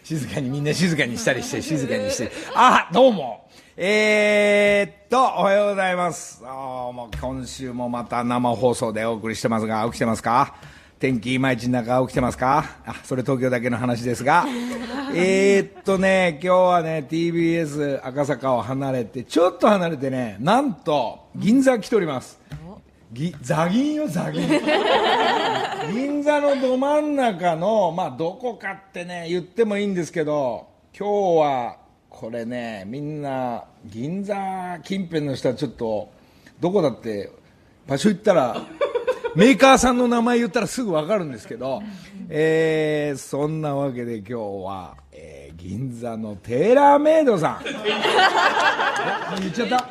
静かにみんな静かにしたりして静かにしてどうもおはようございます。もう今週もまた生放送でお送りしてますが、起きてますか？天気いまいちの中起きてますか？それ東京だけの話ですが今日はね TBS 赤坂を離れてちょっと離れてね、なんと銀座来ております。ザギンよザギン銀座のど真ん中のどこかってね言ってもいいんですけど、今日はこれね、みんな銀座近辺の人はちょっとどこだって場所言ったらメーカーさんの名前言ったらすぐ分かるんですけど、そんなわけで今日は、銀座のテーラーメイドさん言っちゃった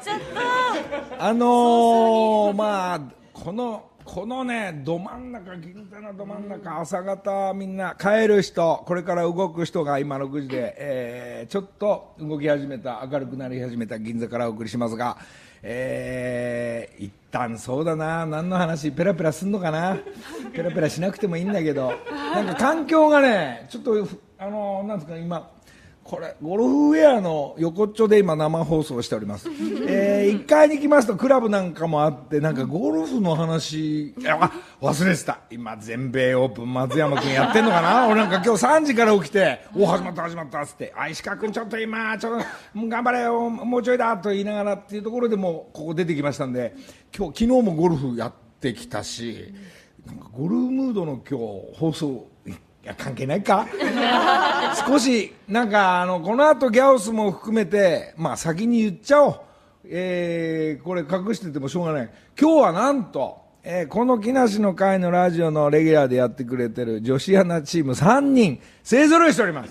このねど真ん中、銀座のど真ん中、朝方みんな帰る人、これから動く人が今6時で、ちょっと動き始めた、明るくなり始めた銀座からお送りしますが、一旦そうだな、何の話ペラペラすんのかな、ペラペラしなくてもいいんだけど、なんか環境がねちょっとなんですか、今これゴルフウェアの横っちょで今生放送しております。1階に来ますとクラブなんかもあって、なんかゴルフの話忘れてた。今全米オープン松山君やってんのかな俺なんか今日3時から起きて始まったっつって、石川君ちょっと今ちょっと頑張れよもうちょいだと言いながらっていうところでもここ出てきましたんで、昨日もゴルフやってきたし、なんかゴルフムードの今日放送関係ないか少しなんかこの後ギャオスも含めて先に言っちゃおう。これ隠しててもしょうがない。今日はなんと、この木梨の会のラジオのレギュラーでやってくれてる女子アナチーム3人勢ぞろいしております。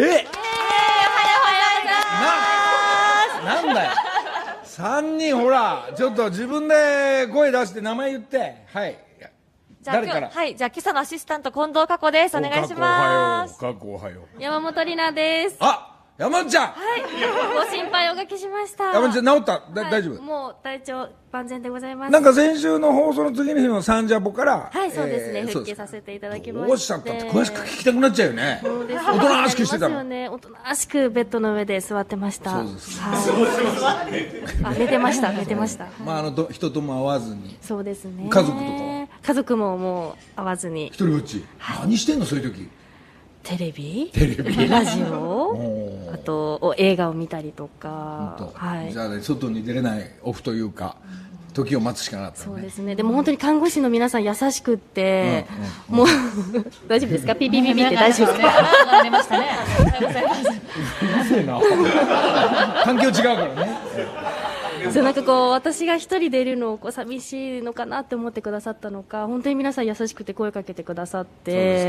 なんだよ3人、ほらちょっと自分で声出して名前言って。はい、 じゃあ今朝のアシスタント近藤佳子です。お願いします。 佳子おはよう。 山本里奈です。 山本ちゃん、 ご心配おかけしました。 山本ちゃん治った？大丈夫？ もう体調万全でございます。 なんか先週の放送の次の日のサンジャポからそうですね、復帰させていただきまして。 どうしちゃったって詳しく聞きたくなっちゃうよね。 そうです、 おとなしくしてたの。 おとなしくベッドの上で座ってました。そうです、寝てました。 人とも会わずに。 そうですね。 家族とかは？ 家族ももう会わずに一人ぼっち。何してんのそういう時？ テレビラジオあと映画を見たりとか。 じゃあ外に出れないオフというか時を待つしかなかったね。 そうですね。でも本当に看護師の皆さん優しくって、もう大丈夫ですか？ピピピピって大丈夫ですか？出ましたね。 うるせえな環境違うからね。 なんかこう私が一人でいるのを寂しいのかなって思ってくださったのか、本当に皆さん優しくて声かけてくださって、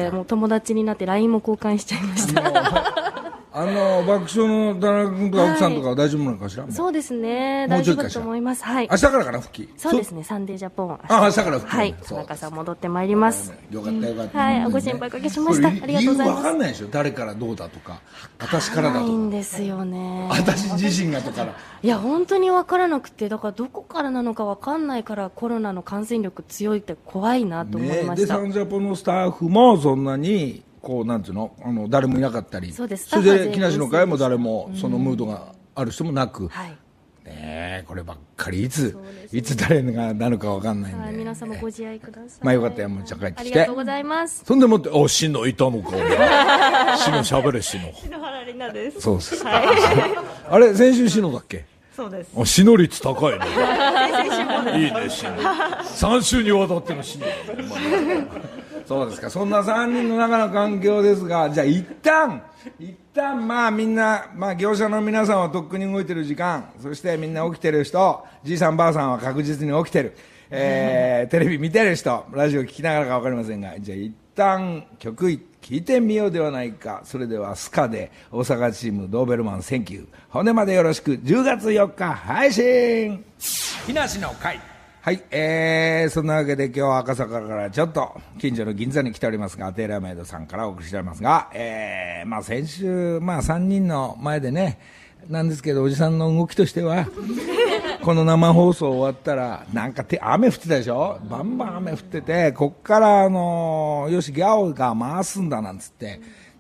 もう友達になって LINE も交換しちゃいました。 爆笑の田中君とか奥さんとかは大丈夫なのかしら？ そうですね、大丈夫だと思います。明日からかな復帰？ そうですね、サンデージャポン明日から復帰。 田中さん戻ってまいります。 よかった。 ご心配おかけしました。ありがとうございます。理由分かんないでしょ、誰からどうだとか私からだとか。 ないんですよね、 私自身がとか。 いや本当に分からなくて、だからどこからなのか分かんないから、コロナの感染力強いって怖いなと思いました。 でサンジャポのスタッフもそんなになんていうの、誰もいなかったり、 そうです。 それで木梨の会も誰もそのムードがある人もなく、こればっかりいつ誰がなるか分かんないんで、 皆さんもご自愛ください。 よかったよ、もうちゃん帰ってきて。 ありがとうございます。 そんでもってシノいたのかシノしゃべれシノ。 篠原里奈です。 そうです、あれ先週シノだっけ？ そうです。 シノ率高いね。いいねシノ。3週にわたってのシノ。そうですか。そんな3人の中の環境ですが、じゃあ一旦みんな、業者の皆さんはとっくに動いてる時間、そしてみんな起きてる人、じいさんばあさんは確実に起きてる、テレビ見てる人、ラジオ聞きながらか分かりませんが、じゃあ一旦曲聴いてみようではないか。それではスカで大阪チームドーベルマンセンキュー、骨までよろしく。10月4日配信、木梨の会。はい、そんなわけで今日は赤坂からちょっと近所の銀座に来ておりますが、テーラーメイドさんからお送りしておりますが、先週3人の前でねなんですけど、おじさんの動きとしてはこの生放送終わったらなんか雨降ってたでしょ、バンバン雨降ってて、こっからよしギャオが回すんだなんつって、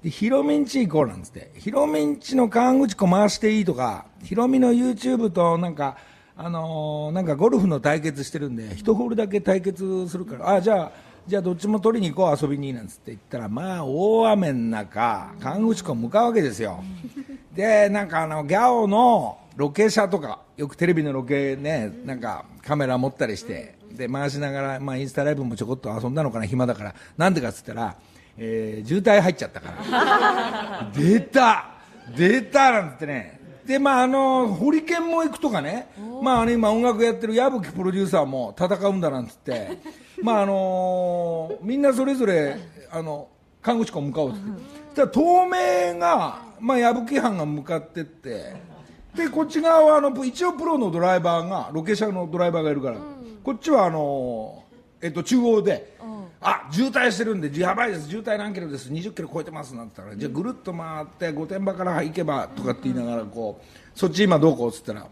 でヒロミんち行こうなんつって、ヒロミんちの河口湖回していいとか、ヒロミの YouTube となんかなんかゴルフの対決してるんで1ホールだけ対決するから、じゃあどっちも取りに行こう遊びになんつって言ったら、まあ大雨の中河口湖向かうわけですよ。でなんかギャオのロケ車とかよくテレビのロケね、なんかカメラ持ったりしてで回しながら、インスタライブもちょこっと遊んだのかな、暇だから。なんでかっつったら、渋滞入っちゃったから出たなんつってね。でホリケンも行くとかね、今音楽やってる矢吹プロデューサーも戦うんだなんつってみんなそれぞれ河口湖向かおうって言って、そしたら東名が、矢吹班が向かってって、でこっち側は一応プロのドライバーが、ロケ車のドライバーがいるから、こっちは中央で、渋滞してるんでやばいです、渋滞何キロです、20キロ超えてますなんて言ったら、じゃあぐるっと回って御殿場から行けばとかって言いながらそっち今どうこうっつったら、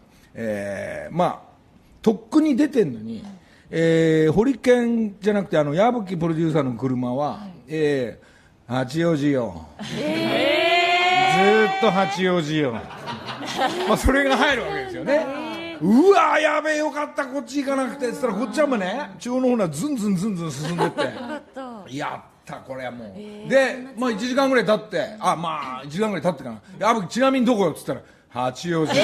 とっくに出てんのに、ホリケンじゃなくて矢吹プロデューサーの車は、八王子よ、ずっと八王子よそれが入るわけですよね。うわやべえ、よかったこっち行かなくてっつったら、こっちはもうね中央の方がずんずん進んでってやったこれはもう、で1時間ぐらい経って、1時間ぐらい経ってかな、矢吹ちなみにどこよっつったら八王子。ずい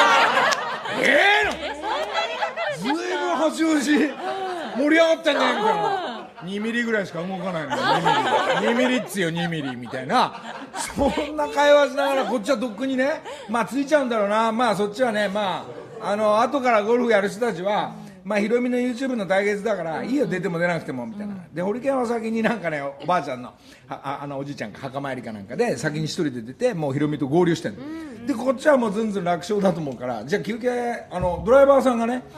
ぶん八王子盛り上がったんじゃないみたいな、2ミリぐらいしか動かないのよ、2ミリっつよ、2ミリみたいな、そんな会話しながらこっちはとっくにね、ついちゃうんだろうな、そっちはね、後からゴルフやる人たちは、ヒロミの YouTube の対決だからいいよ出ても出なくてもみたいな、でホリケンは先になんかね、おばあちゃんのおじいちゃんが墓参りかなんかで先に一人で出て、もうヒロミと合流してんの、でこっちはもうずんずん楽勝だと思うから、じゃあ休憩、ドライバーさんがなん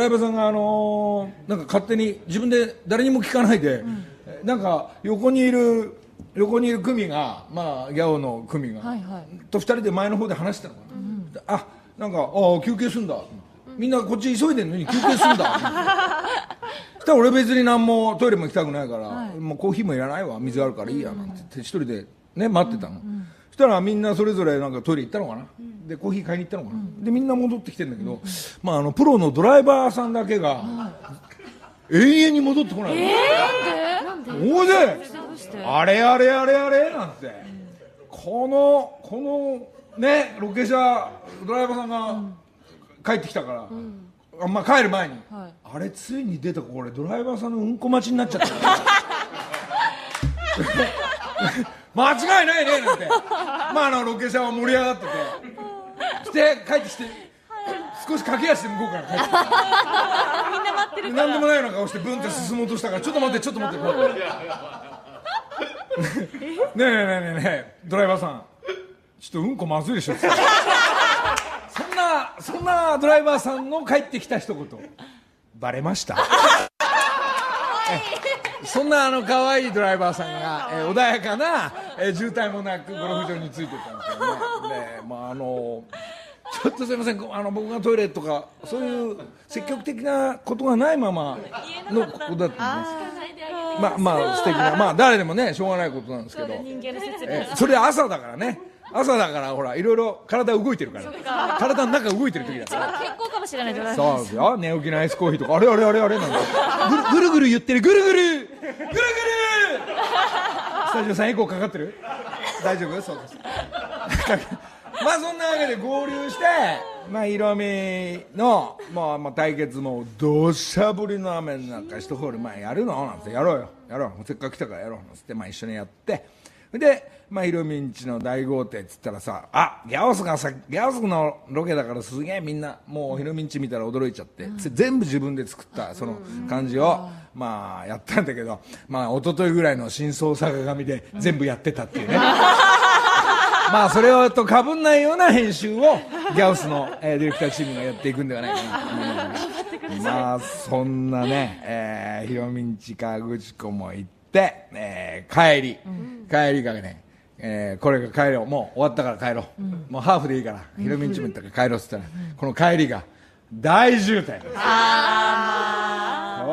か勝手に自分で誰にも聞かないで、なんか横にいる組が、ギャオの組が、と2人で前の方で話してたのかな、なんか休憩すんだ、みんなこっち急いでんのに休憩すんだそしたら俺別に何もトイレも行きたくないから、もうコーヒーもいらないわ、水あるからいいやなんて言って一人でね待ってたの、そしたらみんなそれぞれなんかトイレ行ったのかな、でコーヒー買いに行ったのかな、でみんな戻ってきてんだけど、プロのドライバーさんだけが永遠に戻ってこないの。なんであれなんて、このね、ロケ車ドライバーさんが帰ってきたから、帰る前に、あれついに出た、これドライバーさんのうんこ待ちになっちゃった間違いないねなんて、ロケ車は盛り上がってて、して帰ってきて少し駆け足で向こうから帰ってきてみんな待ってるから、なんでもないような顔してブンって進もうとしたから、ちょっと待ってねえドライバーさん、ちょっとうんこまずいでしょそんなドライバーさんの帰ってきた一言バレましたそんな可愛いドライバーさんが、穏やかな、渋滞もなくゴルフ場についてたんですよね。ちょっとすいません、僕がトイレとかそういう積極的なことがないままのことだったんです。素敵な、誰でもねしょうがないことなんですけど、それ朝だからね、ほらいろいろ体動いてるから、体の中動いてる時だから、 健康かもしれないじゃないですか。そうですよ、寝起きのアイスコーヒーとかあれなんでぐるぐる言ってる、ぐるぐるスタジオさんエコーかかってる？大丈夫？そうですそんなわけで合流して、ヒロミの対決も土砂降りの雨の中一ホールやるのなんて、やろうせっかく来たからやろうなんつって、一緒にやって、でヒロミんちの大豪邸っつったらさ、ギャオスのロケだからすげえみんなもうヒロミんち見たら驚いちゃって、全部自分で作ったその感じをやったんだけど、一昨日ぐらいの真相坂上で全部やってたっていうねそれをとかぶんないような編集をギャオスの、ディレクターチームがやっていくんではないかなそんなね、ヒロミんち河口湖も行って、帰りがね、これが帰ろう、もう終わったから帰ろう、もうハーフでいいからヒロミんちも行ったから帰ろうっつったら、この帰りが大渋滞、これが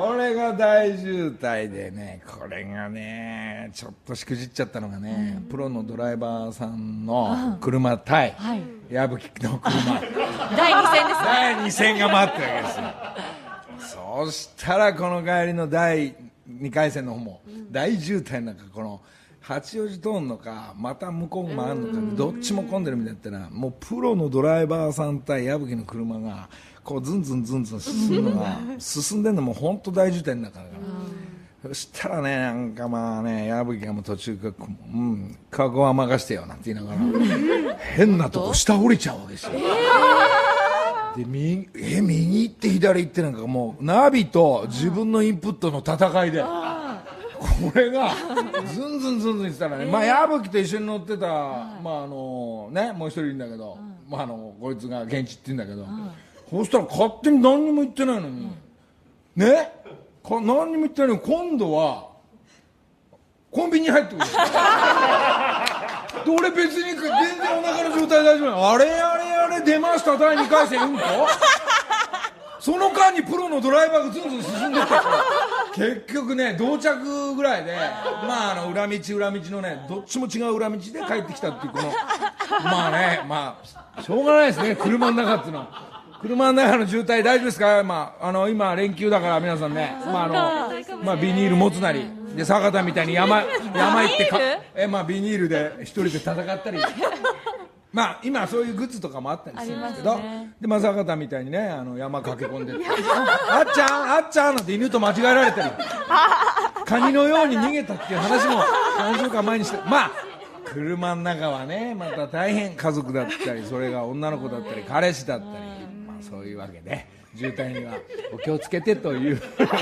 が大渋滞でね、これがねちょっとしくじっちゃったのがね、プロのドライバーさんの車対矢吹の車、 第2戦ですね。 第2戦が待ってるわけですよ。そしたらこの帰りの第2回戦の方も大渋滞の中、この八王子通るのかまた向こう回るのかでどっちも混んでるみたいだったら、もうプロのドライバーさん対矢吹の車がこうズンズンズンズン進むのが進んでるのも本当大渋滞の中だから、そしたらね、なんかまあね、矢吹がもう途中からカゴは任してよなんて言いながら変なとこ下降りちゃうわけですよ。で右行って左行って、なんかもうナビと自分のインプットの戦いで、これがズンズンズンズン言ってたらね、まあ矢吹と一緒に乗ってた、まあね、もう一人いるんだけど、まあこいつが現地って言うんだけど、そうしたら勝手に何にも言ってないのに、ね、何にも言ってないのに今度はコンビニに入ってくる。で俺別に全然お腹の状態大丈夫なの。あれ出ました第2回戦うんこ。その間にプロのドライバーがずんずん進んでったから、結局ね同着ぐらいで、まあ裏道のね、どっちも違う裏道で帰ってきたっていう、このまあね、まあしょうがないですね、車の中っていうのは。車の中の渋滞大丈夫ですか。まあ今連休だから皆さんね、まあビニール持つなりで、坂田みたいに山行ってまあビニールで一人で戦ったりまあ今そういうグッズとかもあったりするんですけど、でまあ坂田みたいにね、山駆け込んでってあっちゃんなんて犬と間違えられたりカニのように逃げたっていう話も何週間前にして、まあ車の中はねまた大変、家族だったりそれが女の子だったり彼氏だったり、まあそういうわけで渋滞にはお気をつけてという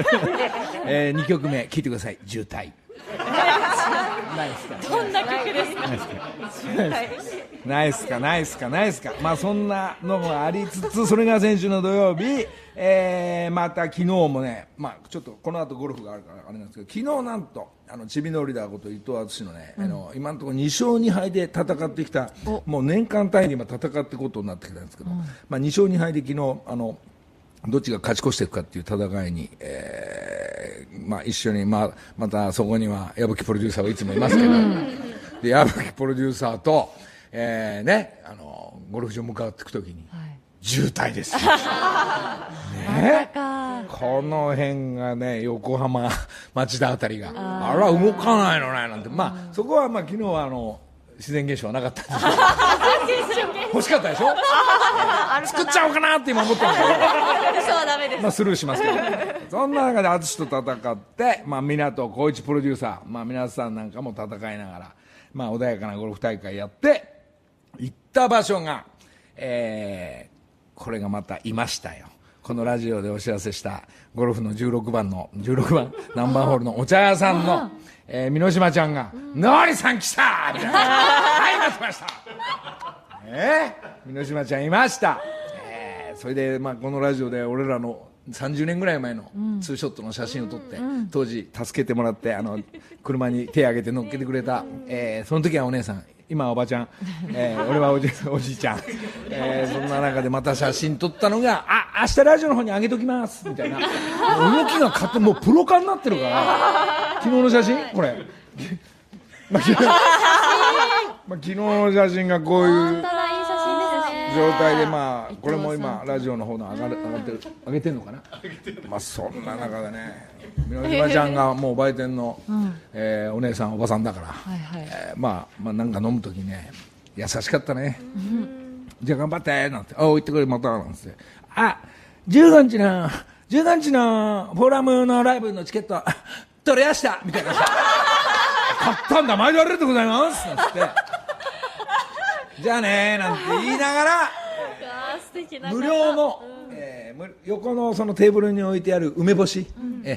2曲目聴いてください。渋滞。 どんな曲ですか。 ナイスか。まあそんなのがありつつ、それが先週の土曜日、また昨日もね、まあちょっとこの後ゴルフがあるからあれなんですけど、昨日なんとちびのリーダーこと伊藤淳のね、今のところ2勝2敗で戦ってきた、もう年間単位で今戦っていくことになってきたんですけど、まあ2勝2敗で昨日どっちが勝ち越していくかっていう戦いに、まあ一緒に、またそこには矢吹プロデューサーはいつもいますけど、で矢吹プロデューサーと、ね、ゴルフ場向かっていくときに、渋滞ですよ、ね、この辺がね、横浜町田あたりがあら動かないのねなんて、まあそこはまあ昨日は自然現象はなかったんですけど欲しかったでしょ作っちゃおうかなって今思ったんですけどそうはダメです、 まあスルーしますけどそんな中で淳と戦って、まあ、港光一プロデューサー、まあ、皆さんなんかも戦いながら、まあ、穏やかなゴルフ大会やって行った場所が、これがまたいましたよ。このラジオでお知らせしたゴルフの16番何番ホールのお茶屋さんの美濃島ちゃんが「のりさん来た!」みたいな「はい待ってました!」美濃島ちゃんいました、それで、まあ、このラジオで俺らの30年ぐらい前のツーショットの写真を撮って、当時助けてもらって車に手を挙げて乗っけてくれた、その時はお姉さん、今はおばちゃん、俺はおじいちゃん、そんな中でまた写真撮ったのが明日ラジオの方に上げときますみたいな動きが勝手にもうプロ化になってるから昨日の写真これ昨日の写真がこういう状態で、まあこれも今ラジオの方の上げてるのかな。まあそんな中でね、美濃島ちゃんがもう売店の、お姉さんおばさんだから、まあなんか飲む時ね優しかったね、じゃあ頑張ってなんて、行ってくれまたなんて、15日のフォーラムのライブのチケット取れやしたみたいなさ買ったんだ、毎度ありがとうございますなんつってじゃあねなんて言いながら無料の、横のそのテーブルに置いてある梅干し、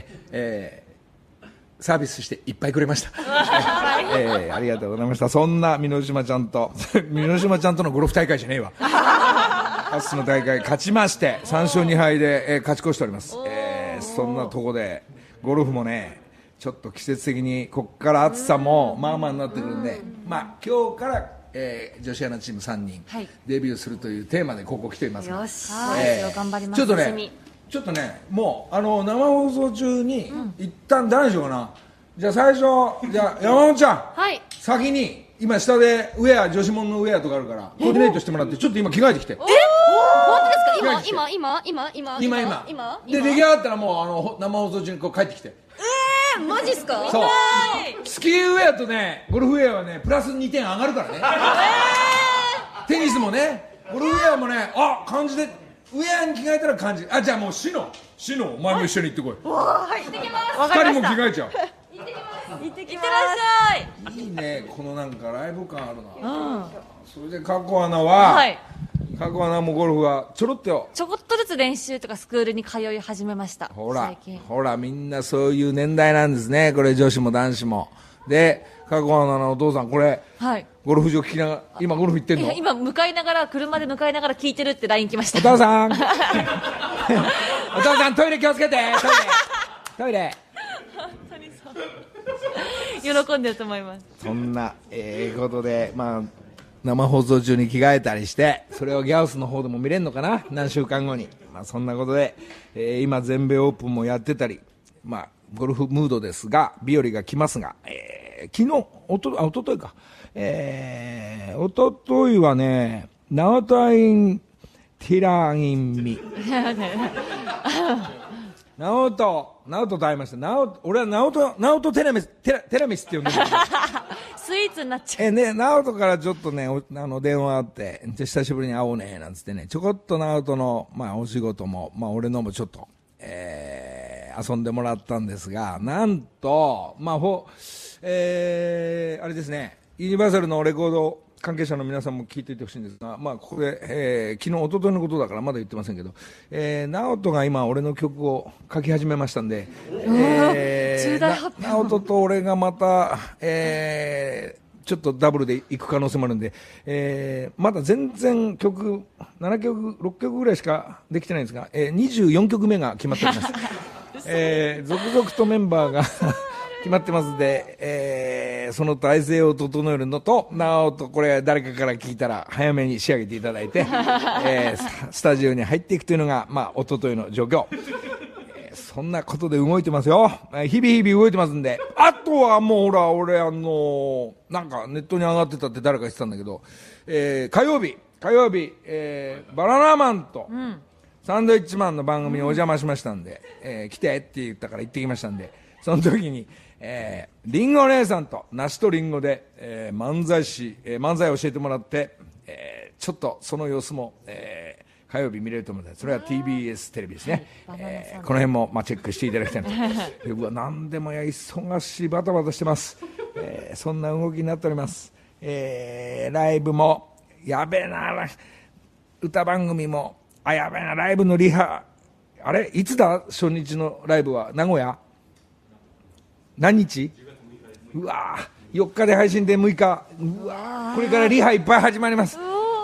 サービスしていっぱいくれましたありがとうございました。そんな美濃島ちゃんとのゴルフ大会じゃねえわアスの大会勝ちまして3勝2敗で、勝ち越しております。そんなとこでゴルフもねちょっと季節的にこっから暑さもまあまあになってくるんで、まあ今日から女子アナチーム3人デビューするというテーマでここ来ていますが、 よし、頑張ります。 ちょっとねちょっとねもう生放送中に一旦誰にしようかな、じゃあ最初じゃあ山本ちゃん、 はい。 先に今下でウェア女子物のウェアとかあるからコーディネートしてもらってちょっと今着替えてきて。 本当ですか？今で出来上がったらもう生放送中にこう帰ってきて。 マジっすか？ そうスキーウェアとねゴルフウェアはねプラス2点上がるからね。テニスもねゴルフウェアもね感じでウェアに着替えたら感じ。じゃあもうシノお前も一緒に行ってこい。 はい、行ってきます。 2人も着替えちゃう。 行ってらっしゃい。 いいねこのなんかライブ感あるな。 うん。 それで過去アナは、 はい。 過去アナもゴルフはちょろっとよ。 ちょこっとずつ練習とかスクールに通い始めました。 ほら最近。 ほらみんなそういう年代なんですね。これ女子も男子もで過去アナのお父さんこれ、 はい。 ゴルフ場聞きながら今ゴルフ行ってんの？ 今車で向かいながら聞いてるって LINE 来ました。 お父さんお父さんトイレ気をつけてトイレ喜んでると思います。 そんなことで生放送中に着替えたりしてそれをギャオスの方でも見れるのかな何週間後に、そんなことで、今全米オープンもやってたり、ゴルフムードですが日和が来ますが、昨日おとといか、おとといはねナオトインティラインミナオトと会いました。俺はナオトテラミスって呼んでるスイーツになっちゃう。 ね、ナオトからちょっとね電話あって久しぶりに会おうねなんつってねちょこっとナオトの、お仕事も、俺のもちょっと、遊んでもらったんですがなんとあれですねユニバーサルのレコード関係者の皆さんも聞いていてほしいんですが、ここで、昨日一昨日のことだからまだ言ってませんけど、ナオトが今俺の曲を書き始めましたんで、 重大発表。 ナオトと俺がまた、ちょっとダブルで行く可能性もあるんで、まだ全然曲7曲6曲ぐらいしかできてないんですが、24曲目が決まっております続々とメンバーが決まってますので、その体制を整えるのとなおとこれ誰かから聞いたら早めに仕上げていただいて、スタジオに入っていくというのが、一昨日の状況、そんなことで動いてますよ。日々動いてますんで。あとはもうほら俺なんかネットに上がってたって誰か言ってたんだけど、火曜日、バナナマンと、サンドイッチマンの番組にお邪魔しましたんで、来てって言ったから行ってきましたんで、その時に、リンゴ姉さんと梨とリンゴで、漫才を教えてもらって、ちょっとその様子も、火曜日見れると思うので、それは TBS テレビですね、この辺も、チェックしていただきたいなとうわ何でも忙しいバタバタしてます、そんな動きになっております、ライブもやべえな歌番組もやべえなライブのリハあれいつだ初日のライブは名古屋何日うわ4日で配信で6日うわこれからリハいっぱい始まります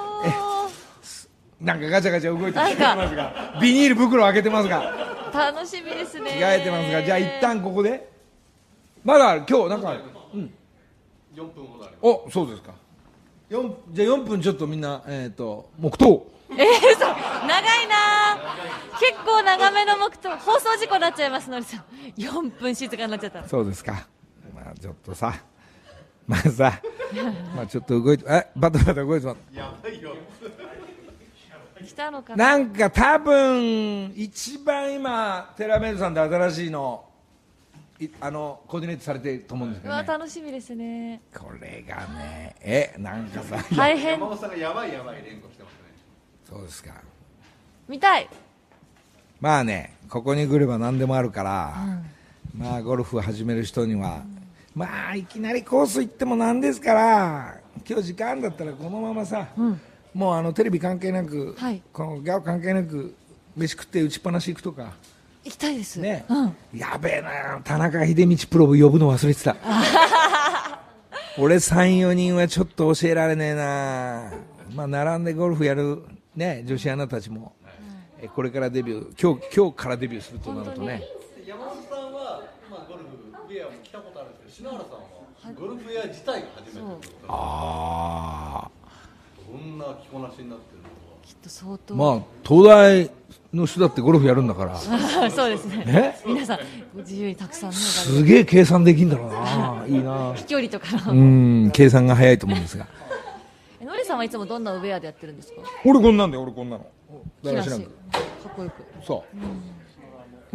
なんかガチャガチャ動いてますがビニール袋開けてますが楽しみですね。 着替えてますがじゃあ一旦ここでまだ今日なんか4分ほどありますおそうですかじゃあ4分ちょっとみんな黙祷そう長いな結構長めの黙祷放送事故になっちゃいますのりさん4分静かになっちゃったそうですかちょっとさちょっと動いてバタバタ動いてますやばいよ来たのかななんか多分一番今テラメイドさんで新しいのコーディネートされてると思うんですけどね楽しみですねこれがねなんかさ大変山本さんがやばい連呼してますねそうですか見たいここに来れば何でもあるから、ゴルフを始める人には、いきなりコース行ってもなんですから今日時間だったらこのままさ、もうテレビ関係なく、このギャオ関係なく飯食って打ちっぱなし行くとか行きたいですね、やべえな田中秀道プロ呼ぶの忘れてた俺 3,4 人はちょっと教えられねえな並んでゴルフやるね女子アナたちも、これからデビュー今日からデビューするとなるとね山本さんは、ゴルフウェアも着たことあるんですけど篠原さんはゴルフウェア自体が初めてということでどんな着こなしになってるのかきっと相当、 まあ東大の人だってゴルフやるんだからそうですね。 え皆さんご自由にたくさんね、 すげえ計算できんだろうな。いいな。 飛距離とか計算が早いと思うんですが。 のりさんはいつもどんなウェアでやってるんですか？ 俺こんなんだよ、俺こんなの。だらしなく。 かっこよく。 そう。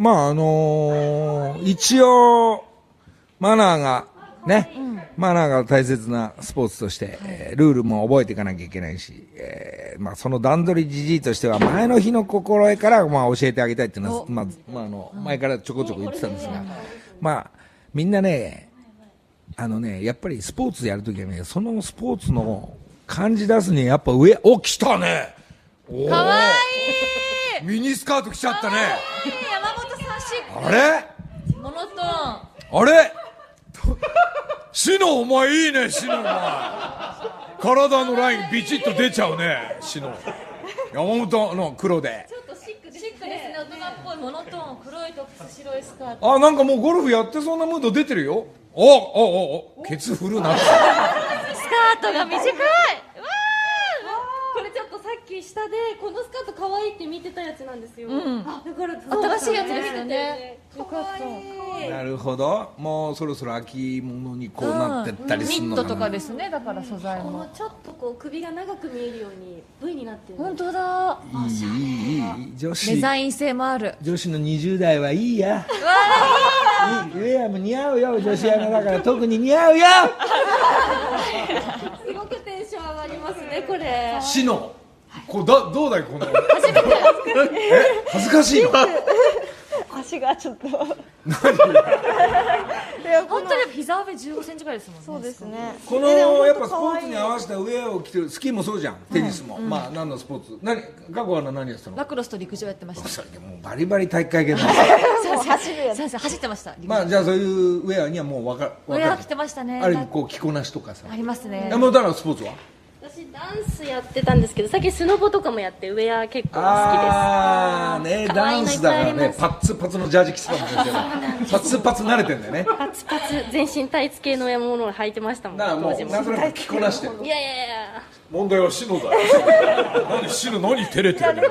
まあ一応マナーがね、マナーが大切なスポーツとして、ルールも覚えていかなきゃいけないし、まあその段取りじじいとしては前の日の心得からまあ教えてあげたいっていうのは、前からちょこちょこ言ってたんですが、まあみんなね、やっぱりスポーツやるときはね、そのスポーツの感じ出すにやっぱ来たね。 かわいい。 ミニスカート着ちゃったね。 山本さんシック。 あれモノトーン。 あれシノ、お前いいね、シノ、お前体のラインビチッと出ちゃうね、シノ。山本の黒でちょっとシックですね。大人っぽいモノトーン、黒いトップス、白いスカート。 なんかもうゴルフやってそうなムード出てるよ。ケツ振るなってスカートが短い。 これちょっとさっき下でこのスカート可愛いって見てたやつなんですよ。だから新しいやつですよね。 よかった。 なるほど。もうそろそろ秋物にこうなってったりするニのかな。 ットとかですね。だから素材も。 ちょっとこう首が長く見えるように V になってる。 本当だ。 いい女子デザイン性もある。 女子の20代はいいや。いいウェアも似合うよ、女子アナだから特に似合うよ。 すごくテンション上がりますね、これ。 シノ、どうだいこの。恥ずかしいの。 足がちょっと本当に膝上15センチぐらいですもんね。 そうですね。 このやっぱスポーツに合わせたウェアを着てる、スキーもそうじゃん、テニスも、まあ何のスポーツ、過去は何やってたの？ ラクロスと陸上やってました。 それでもうバリバリ体育会系なんです走ってました。 まあじゃあそういうウェアにはもう分かる。 ウェア着てましたね。 あれこう着こなしとかさ。 ありますね。 山本のスポーツは？ 私ダンスやってたんですけど、最近スノボとかもやってウェア結構好きです。 ダンスだからね、パッツパツのジャージ着てたもんね。パツパツ慣れてんだよね。 パツパツ全身タイツ系のものを履いてましたもん。 だからもうなんとなく着こなしてる。 いや問題はシノだよ。シノ何照れてるの？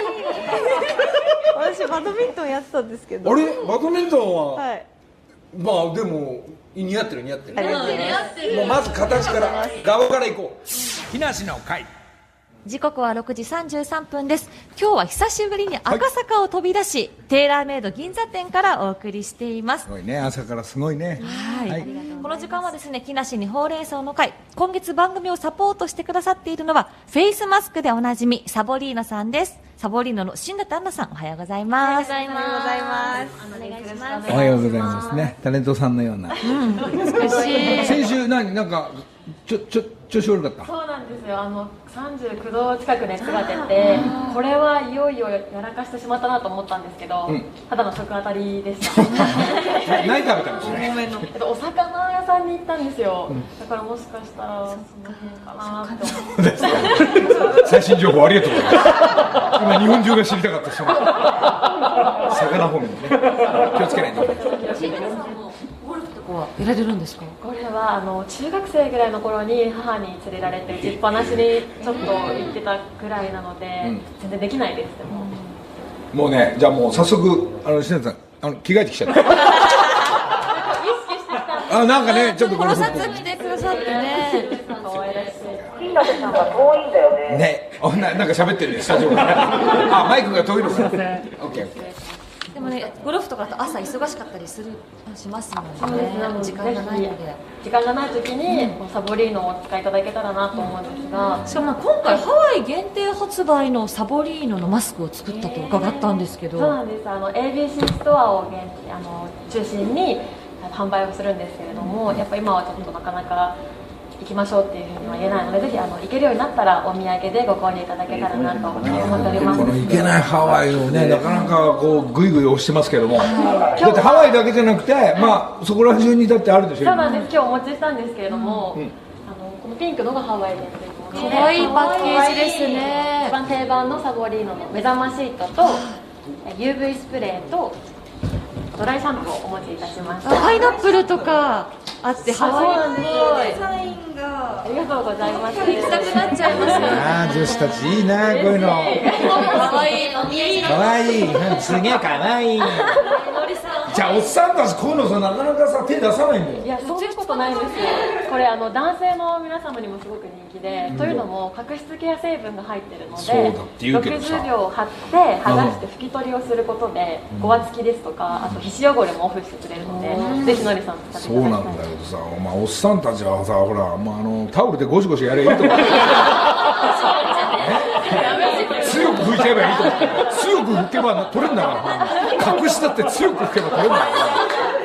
私バドミントンやってたんですけど。 あれバドミントンは、 はい。 まあでも似合ってる。 似合ってる。 もうまず形から側から行こう。木梨の会。 時刻は6時33分です。今日は久しぶりに赤坂を飛び出し、テーラーメイド銀座店からお送りしています。 すごいね、朝からすごいね。 はい、この時間はですね、木梨にほうれん草の会、今月番組をサポートしてくださっているのはフェイスマスクでおなじみサボリーノさんです。サボリーノの新田アンナさん、おはようございます。 おはようございます。お願いします。 おはようございますね。タレントさんのような。 美しい。 先週なんか調子悪かった。 そうなんですよ。39度近く熱が出て、これはいよいよやらかしてしまったなと思ったんですけど、ただの食当たりでした。 何食べたんですね。 お魚屋さんに行ったんですよ。だからもしかしたらその辺かなって思って。 最新情報ありがとうございます。今日本中が知りたかったその魚方面ね。気をつけないと。 ゴルフとかはやられるんですか？ これは中学生ぐらいの頃に母に連れられて打ちっぱなしにちょっと行ってたぐらいなので、全然できないです。でももうね、じゃあもう早速しなさん着替えてきちゃった。 意識してきたんでなんかねちょっとポロシャツ着てくださってね。 可愛らしい。 ね、なんか喋ってるね、スタジオから。マイクが遠いのかな。オッケー。 でもね、ゴルフとかだと朝忙しかったりしますもんね。 そうですね。 時間がないので。 時間がない時に、サボリーノをお使いいただけたらなと思うんですが、 しかも今回ハワイ限定発売のサボリーノのマスクを作ったと伺ったんですけど。 そうなんです。ABC ストアを中心に販売をするんですけれども、やっぱ今はちょっとなかなか行きましょうっていうふうには言えないので、ぜひ行けるようになったらお土産でご購入いただけたらなと思っております。 この行けないハワイをね、なかなかこうグイグイ押してますけども、だってハワイだけじゃなくて、まあそこら中にだってあるでしょ。 そうなんです。今日お持ちしたんですけれども、このピンクのがハワイ限定の可愛いパッケージですね。 一番定番のサボリーノの目覚まシートと UV スプレーとドライシャンプーをお持ちいたしました。 パイナップルとかあってハワイっぽい。 サインがありがとうございます。 行きたくなっちゃいますよ。 ああ女子たちいいな、こういうのかわいいのに。 かわいい、すげえかわいい。 のりさん。 じゃあおっさんたちこういうのさ、なかなかさ手出さないんだよ。 いや、そんなことないんですよ。これ男性の皆様にもすごく人気で、というのも角質ケア成分が入ってるのそうだで、 って言うけどさ 60秒貼って剥がして拭き取りをすることで、ごわつきですとか、あと皮脂汚れもオフしてくれるので、ぜひのりさん使っていそうなんただきたい。 だけどさ、お前おっさんたちはさ、ほら、タオルでゴシゴシやればいいと思う。強く拭いちゃえばいいと思って、強く拭けば取れるんだから、隠しだって強く拭けば取れるんだから。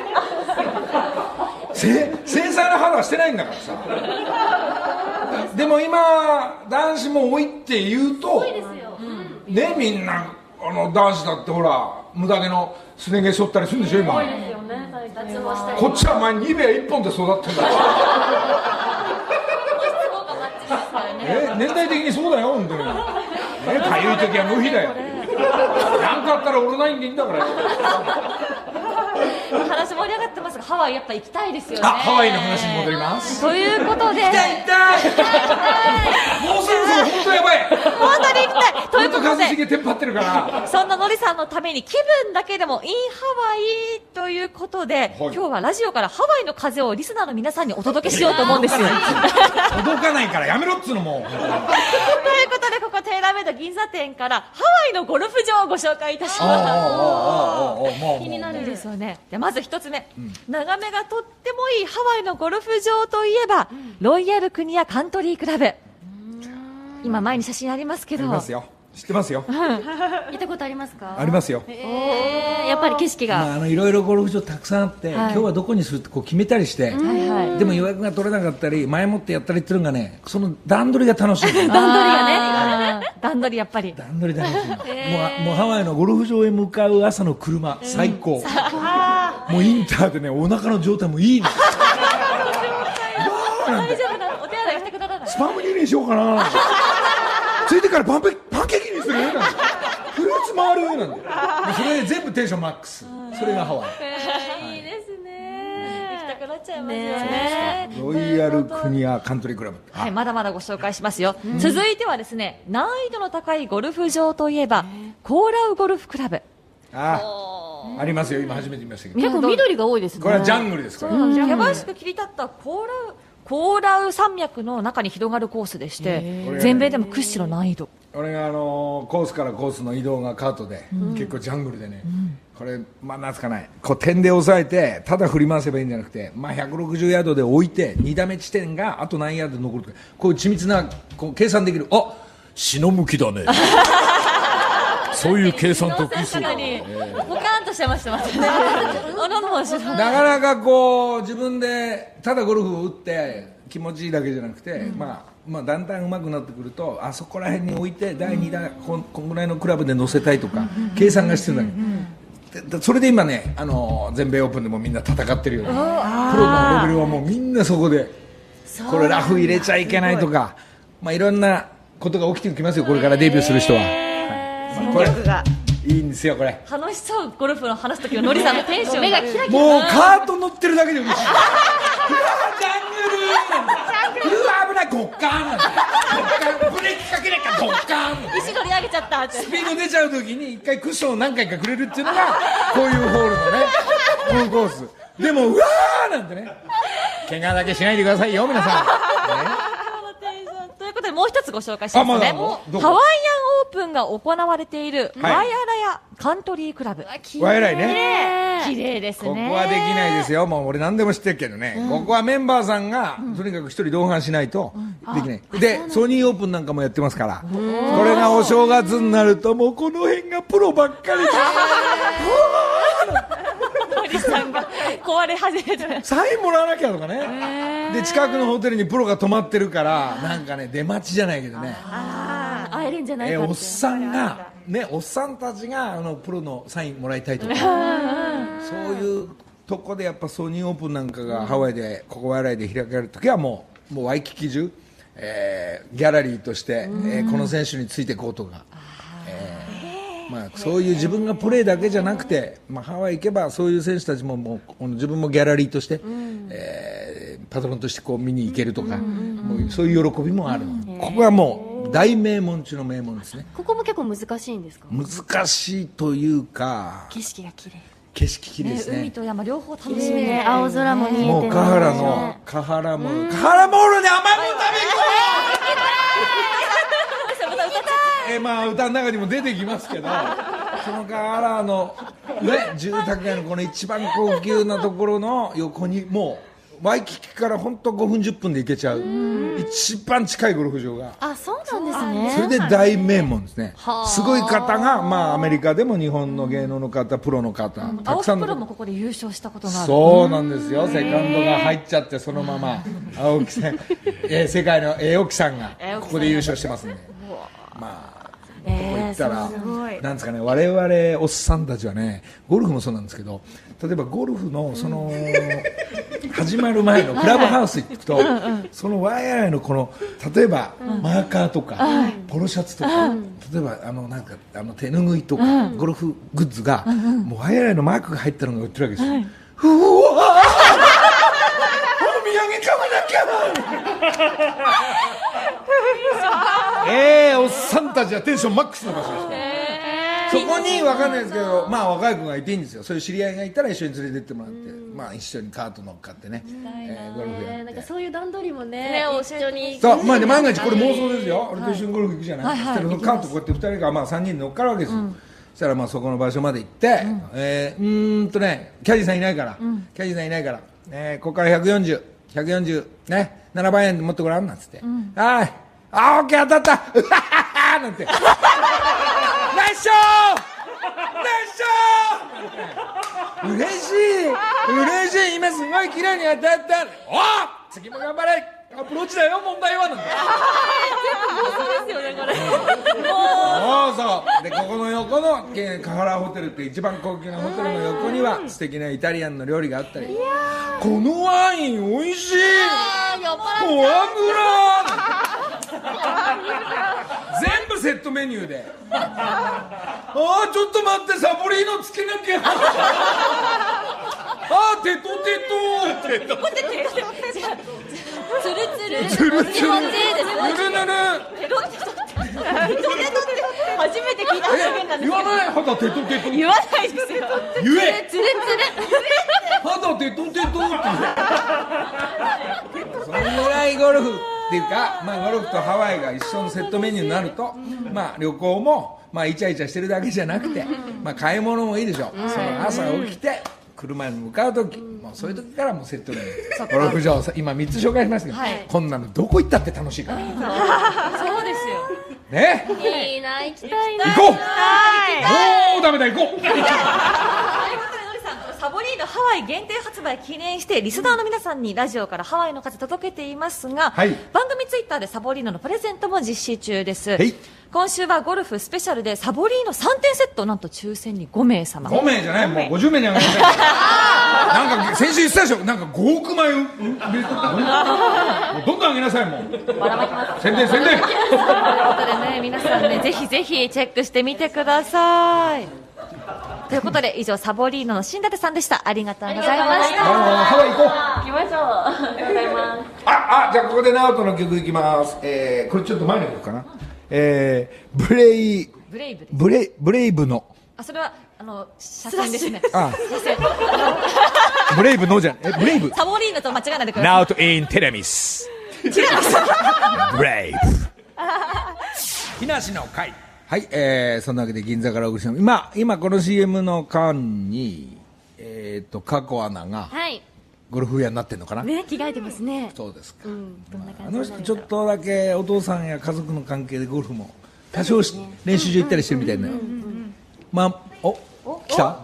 繊細な肌はしてないんだからさ。でも今男子も多いって言うとね、みんな男子だってほら無駄毛のすね毛剃ったりするんでしょ今。 多いですよね、最近は。 こっちはニベア1本で育ってんだよ。年代的にそうだよ本当に。かゆい時は無比だよ。なんかあったらオロナインでいいんだからよ。 話盛り上がってますが、ハワイやっぱ行きたいですよね。 ハワイの話に戻ります。 ということで、 痛いもうそろそろ本当やばい。 本当に行きたいということ一茂で、 テンパってるから。 そんなのりさんのために気分だけでも in ハワイということで、今日はラジオからハワイの風をリスナーの皆さんにお届けしようと思うんですよ。 届かないからやめろっつうのも。 ということで、ここテーラーメイド銀座店からハワイのゴルフ場をご紹介いたします。気になるですよね。じゃあまず一つ目、眺めがとってもいいハワイのゴルフ場といえば、ロイヤルクニアカントリークラブ。今前に写真ありますけど、 ありますよ。知ってますよ。 行ったことありますか？ ありますよ。 やっぱり景色が。 いろいろゴルフ場たくさんあって、今日はどこにするってこう決めたりして、でも予約が取れなかったり前もってやったりっていうのがね、その段取りが楽しい。 段取りがね、段取りやっぱり。 段取り楽しい。もうハワイのゴルフ場へ向かう朝の車、最高。もうインターでね、お腹の状態もいいの。 大丈夫なの？お手洗いしてください。 スパム入りにしようかな。ついてからパンケーキにするなんて、フルーツ回るなんて。それで全部テンションマックス。それがハワイ。 いいですね。行きたくなっちゃいますよね。 ロイヤルクニアカントリークラブ。 はい、まだまだご紹介しますよ。続いてはですね、難易度の高いゴルフ場といえば、コーラウゴルフクラブ。 ありますよ。今初めて見ましたけど。 結構緑が多いですね。 これはジャングルですから。 険しく切り立ったコーラウ山脈の中に広がるコースでして、全米でも屈指の難易度。 俺がコースからコースの移動がカートで、結構ジャングルでね、これなんつかない、こう点で押さえてただ振り回せばいいんじゃなくて、160ヤードで置いて2打目地点があと何ヤード残るか、こういう緻密なこう計算できる。下向きだね。そういう計算得意そうだね。 ポカーンとしてましたね。 なかなかこう自分でただゴルフを打って気持ちいいだけじゃなくて、だんだん上手くなってくると、あそこら辺に置いて第2打こんぐらいのクラブで乗せたいとか、計算が必要だけど、それで今ね、全米オープンでもみんな戦ってるよね。プロのレベルはもうみんなそこで、これラフ入れちゃいけないとか、いろんなことが起きてきますよ、これからデビューする人は。これいいんですよ、これ。 楽しそう。ゴルフの話す時のノリさんのテンション、目がキラキラ。 もうカート乗ってるだけで嬉しい。ジャングル危ない、ゴッカーン、ブレーキかけなきゃゴッカーン、 石乗り上げちゃったって。 スピード出ちゃう時に一回クッションを何回かくれるっていうのがこういうホールのね、このコースでも、うわーなんてね、怪我だけしないでくださいよ皆さん、 ということでもう一つご紹介しますね。ハワイアンオープンが行われているワイアラヤカントリークラブ。 ワイアライね、 綺麗ですね。 ここはできないですよ。もう俺何でも知ってるけどね、ここはメンバーさんがとにかく一人同伴しないとできない。でソニーオープンなんかもやってますから、これがお正月になるともうこの辺がプロばっかりで、 ノリさんが壊れ始めて、 サインもらわなきゃとかね。で近くのホテルにプロが泊まってるから、なんかね出待ちじゃないけどね、 会えるんじゃないかって。 おっさんがね、おっさんたちがプロのサインもらいたいとか、そういうとこでやっぱソニーオープンなんかがハワイでここワイライで開かれるときはもうワイキキ中、ギャラリーとして、この選手についていこうとか、 そういう自分がプレーだけじゃなくて、ハワイ行けばそういう選手たちも、自分もギャラリーとして、パトロンとしてこう見に行けるとか、もうそういう喜びもある。ここはもう大名門中の名門ですね。 ここも結構難しいんですか？ 難しいというか、 景色が綺麗。 景色綺麗ですね。 海と山両方楽しめる。 青空も見えて、 もうカハラモールに甘いもん食べに行こう。歌の中にも出てきますけど、そのカハラの住宅街のこの一番高級なところの横にもうワイキキから本当5分10分で行けちゃう、一番近いゴルフ場が。 そうなんですね。 それで大名門ですね。すごい方が、アメリカでも日本の芸能の方、プロの方、たくさんの。 青木プロもここで優勝したことがある。 そうなんですよ。セカンドが入っちゃってそのまま青木さん、世界の青木さんがここで優勝してますんで。ここ行ったら、なんですかね、我々おっさんたちはね、ゴルフもそうなんですけど、例えばゴルフのその始まる前のクラブハウス行くと、そのワイヤーのこの例えばマーカーとか、ポロシャツとか、例えばなんか手ぬぐいとか、ゴルフグッズが、もうワイヤーのマークが入ったのが売ってるわけですよ。うわーお土産買わなきゃおっさんたちはテンションマックスの場所です。そこに分かんないですけど、若い子がいていいんですよ。そういう知り合いがいたら一緒に連れてってもらって、一緒にカート乗っかってね、ゴルフやって。 なんかそういう段取りもね、一緒に。 そう、で万が一これ妄想ですよ。俺と一緒にゴルフ行くじゃない。そしたらそのカートこうやって2人が3人乗っかるわけですよ。そしたらそこの場所まで行って、キャディーさんいないから、ここから140ね、7万円持ってごらんなんつって、はい、オッケー当たったうはははなんてナイスショー嬉しい今すごい綺麗に当たったお次も頑張れアプローチだよ問題はなんてそうですよねこれそうでここの横のカハラホテルって一番高級なホテルの横には素敵なイタリアンの料理があったり、このワインおいしいフォアグラ全部セットメニューでちょっと待ってサボリーノつけなきゃテトテトつるつる日本人ですぬるぬる初めて聞いた表現なんですけど言わない肌テトテト言わないですよ言えつる肌テトテトってそのぐらいゴルフっていうか、ゴルフとハワイが一緒のセットメニューになると、旅行も、イチャイチャしてるだけじゃなくて、買い物もいいでしょ、その朝起きて車に向かうとき、そういう時からもうセットメニューゴルフ場今3つ紹介しましたけど、こんなのどこ行ったって楽しいからそうですよね、 いいな、行きたいな。 行こうもうダメだ行こうサボリーノハワイ限定発売記念してリスナーの皆さんにラジオからハワイの風届けていますが、番組ツイッターでサボリーノのプレゼントも実施中です。今週はゴルフスペシャルでサボリーノ3点セットなんと抽選に5名様 5名じゃないもう50名にあげませんなんか先週言ってたでしょなんか5億枚もうどんどんあげなさいもうばらまきます宣伝ということでね皆さんねぜひぜひチェックしてみてくださいということで以上サボリーノの新舘さんでした。ありがとうございました。 ハワイ行こう行きましょうありがとうございますじゃあここでナオトの曲いきます、これちょっと前の曲かな、ブレイブのそれは車線ですねブレイブのじゃんブレイブサボリーノと間違えないでください。 ナオトインテレミスブレイブ木梨の会はい、そんなわけで銀座からお送りします。今この CM の間に加古アナがゴルフウェアになってんのかな、 ね、着替えてますね。 そうですか、 どんな感じあの人ちょっとだけお父さんや家族の関係でゴルフも多少練習場行ったりしてるみたいな、来た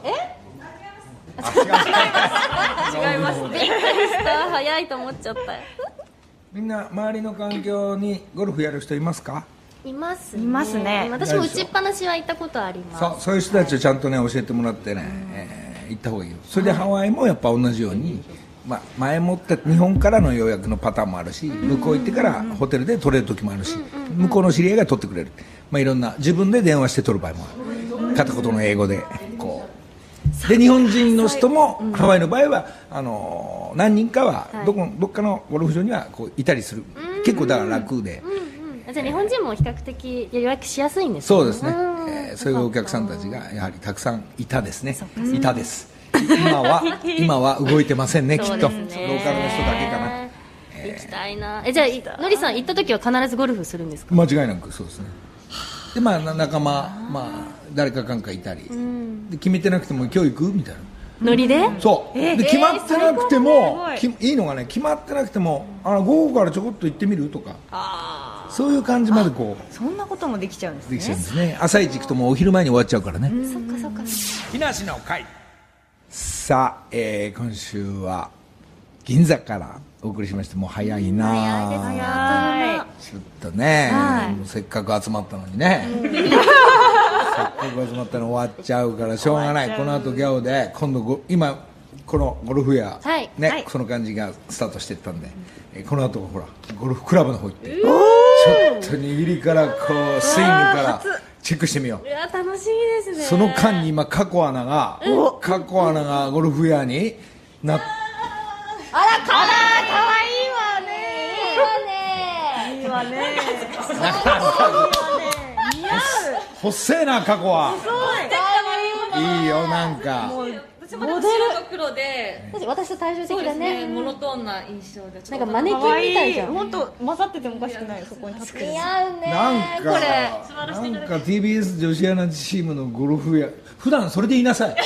違いますびっくりした早いと思っちゃったよみんな周りの環境にゴルフやる人いますか？ いますね。 私も打ちっぱなしは行ったことあります。 そういう人たちをちゃんとね教えてもらってね、行った方がいいよ。それでハワイもやっぱ同じように、前もって日本からの予約のパターンもあるし、向こう行ってからホテルで取れる時もあるし、向こうの知り合いが取ってくれる、いろんな自分で電話して取る場合もある。 片言の英語でこうで日本人の人もハワイの場合は何人かはどっかのゴルフ場にはこういたりする、結構だから楽で、 じゃあ日本人も比較的予約しやすいんですね。 そうですね、そういうお客さんたちがやはりたくさんいたですね。いたです。今は動いてませんね、きっとローカルの人だけかな。 行きたいな。じゃあのりさん行った時は必ずゴルフするんですか？ 間違いなくそうですね。でまあ仲間、誰かかんかいたり、で決めてなくても今日行くみたいなノリで、 そうで決まってなくても、いいのがね、決まってなくても午後からちょこっと行ってみるとか、そういう感じまでこうそんなこともできちゃうんですね。 できちゃうんですね。朝一行くともうお昼前に終わっちゃうからね。 そっかそっか。 木梨の会。さあ、今週は銀座からお送りしまして、もう早いな。 早い。 ちょっとね、もうせっかく集まったのにね、せっかく集まったの終わっちゃうからしょうがない。この後ギャオで今度今このゴルフや、ね、その感じがスタートしていったんで、この後ほらゴルフクラブの方行ってちょっと握りからこうスイングからチェックしてみよう。 いや楽しみですね。 その間に今カコアナがゴルフウェアになっかわいいわね。 ほっせえなカコア。いいよなんか。 モデルと黒で私と対照的だね。 モノトーンな印象でなんかマネキンみたいじゃん。 本当混ざっててもおかしくないよ、そこに立ってる。 似合うね。 なんか TBS 女子アナチームのゴルフウェア、普段それで言いなさい。 こ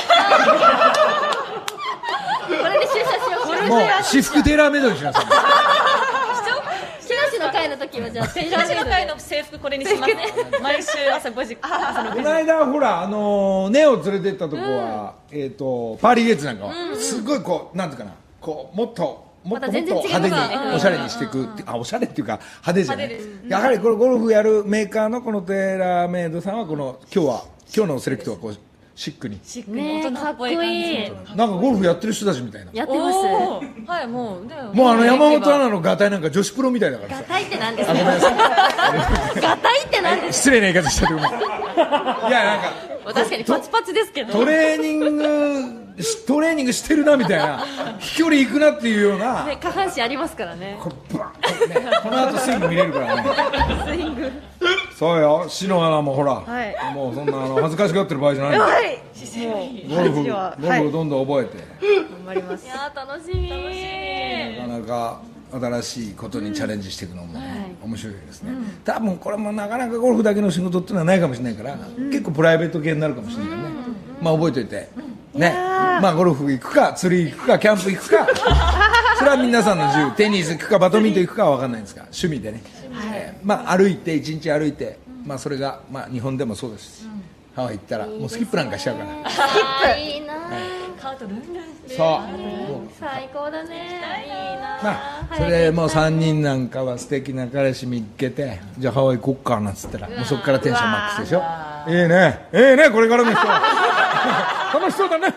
れで出社しよう。 もう私服テーラーメイドにしなさい。 木梨の会の時はじゃあテーラーメイドで。 会の制服これにしますね。毎週朝5時。 この間ほらネオ連れてったとこはパーリーゲイツなんかはすごいこうなんていうかな、こうもっと派手におしゃれにしていくって、おしゃれっていうか派手じゃない。やはりこれゴルフやるメーカーのこのテーラーメイドさんはこの今日のセレクトはこうシックにね、かっこいい。 なんかゴルフやってる人たちみたいな。 やってます。 はい、もう山本アナのガタイなんか女子プロみたいだからさ。 ガタイって何ですか？ ごめんなさい。 ガタイって何ですか？ 失礼な言い方しちゃってごめん。いやなんか確かにパツパツですけど。 トレーニングしてるなみたいな、飛距離行くなっていうような。 下半身ありますからね。 この後スイング見れるからね。 スイング。 そうよ、篠アナもほら、もうそんな恥ずかしがってる場合じゃない。ゴルフをどんどん覚えて。 頑張ります。いや楽しみ。 なかなか新しいことにチャレンジしていくのも面白いですね。多分これもなかなかゴルフだけの仕事っていうのはないかもしれないから、結構プライベート系になるかもしれないね。まあ覚えておいてね。まあゴルフ行くか釣り行くかキャンプ行くか、それは皆さんの自由。テニス行くかバドミントン行くかは分かんないんですが、趣味でね、まあ歩いて一日歩いて、まあそれがまあ日本でもそうですし、ハワイ行ったらもうスキップなんかしちゃうから。 スキップいいな。 カートルンルンして。 そう。 最高だね。いいな。 まあそれでもう3人なんかは素敵な彼氏見っけて、じゃあハワイ行こっかなんつったら、もうそこからテンションマックスでしょ。いいねこれからの人。楽しそうだね。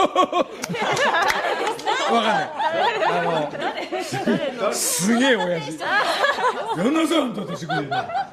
わかんない。すげえ親父。旦那さんと私これ。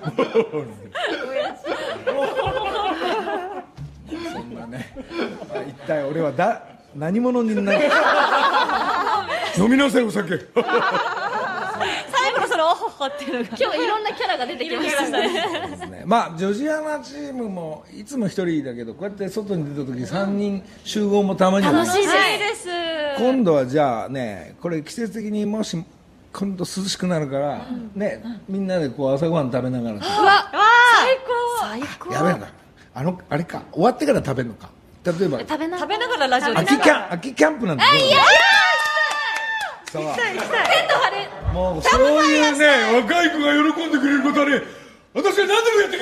そんなね。一体俺は何者になる。飲みなさいお酒。 最後のそのオホホっていうのが今日いろんなキャラが出てきましたね。 まあ女子アナチームもいつも一人だけど、こうやって外に出た時3人集合もたまには楽しいです。 今度はじゃあね、これ季節的にもし今度涼しくなるからね、みんなでこう朝ごはん食べながら。 うわ最高。 やべえな、あれか終わってから食べるのか。例えば食べながらラジオで秋キャンプなんてどう？そうもうそういうね若い子が喜んでくれることはね、私は何でもやってき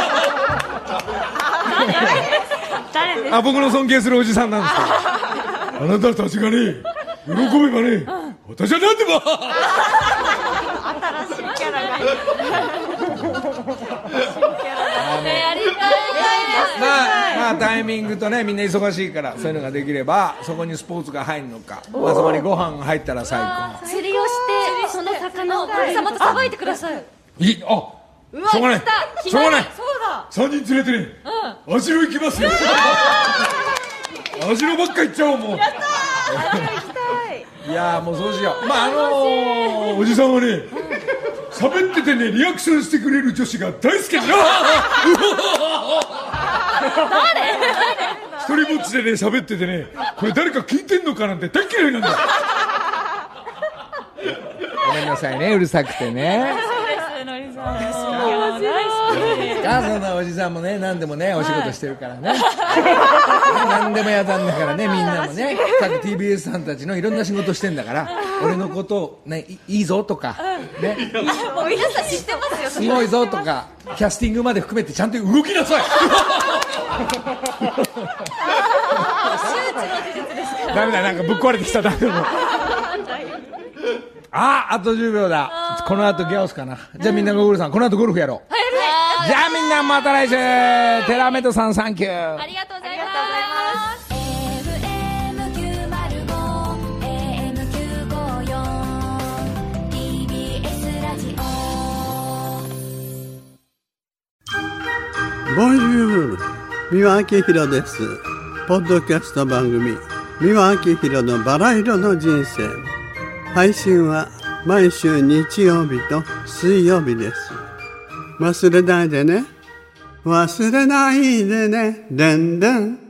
ますよ。僕の尊敬するおじさんなんですけど、あなたたちがね喜べばね、私は何でも。 新しいキャラが。 まあタイミングとね、みんな忙しいからそういうのができれば、そこにスポーツが入るのか、まあそこにご飯が入ったら最高。 釣りをしてその魚をまたさばいてください。 しょうがないしょうがない。 3人連れてね、網代行きますよ。網代ばっか行っちゃおう、もう。 やったー、行きたい。 いやー、もうそうしよう。まあおじさんはね、喋っててね、リアクションしてくれる女子が大好きだよ。一人ぼっちでね、喋っててね、これ誰か聞いてんのかなんて大っ嫌いなんだよ。ごめんなさいね、うるさくてね。 そうです、のりさん。面白い。 そんなおじさんもね、何でもね、お仕事してるからね。何でもやだんだからね、みんなもね、各 TBS さんたちのいろんな仕事してんだから、俺のことをね、いいぞとか、ね、 もう皆さん知ってますよ。 すごいぞとか、キャスティングまで含めてちゃんと動きなさい。ダメだ、なんかぶっ壊れてきた。ダメだ。あと10秒だ。この後ギャオスかな。じゃあみんなゴルフさん、この後ゴルフやろう。じゃあみんなまた来週。テラメトさん、サンキュー。 ありがとうございます。 ボンジュール、三輪明宏です。ポッドキャスト番組三輪明宏のバラ色の人生、配信は毎週日曜日と水曜日です。忘れないでね、忘れないでね、でんでん。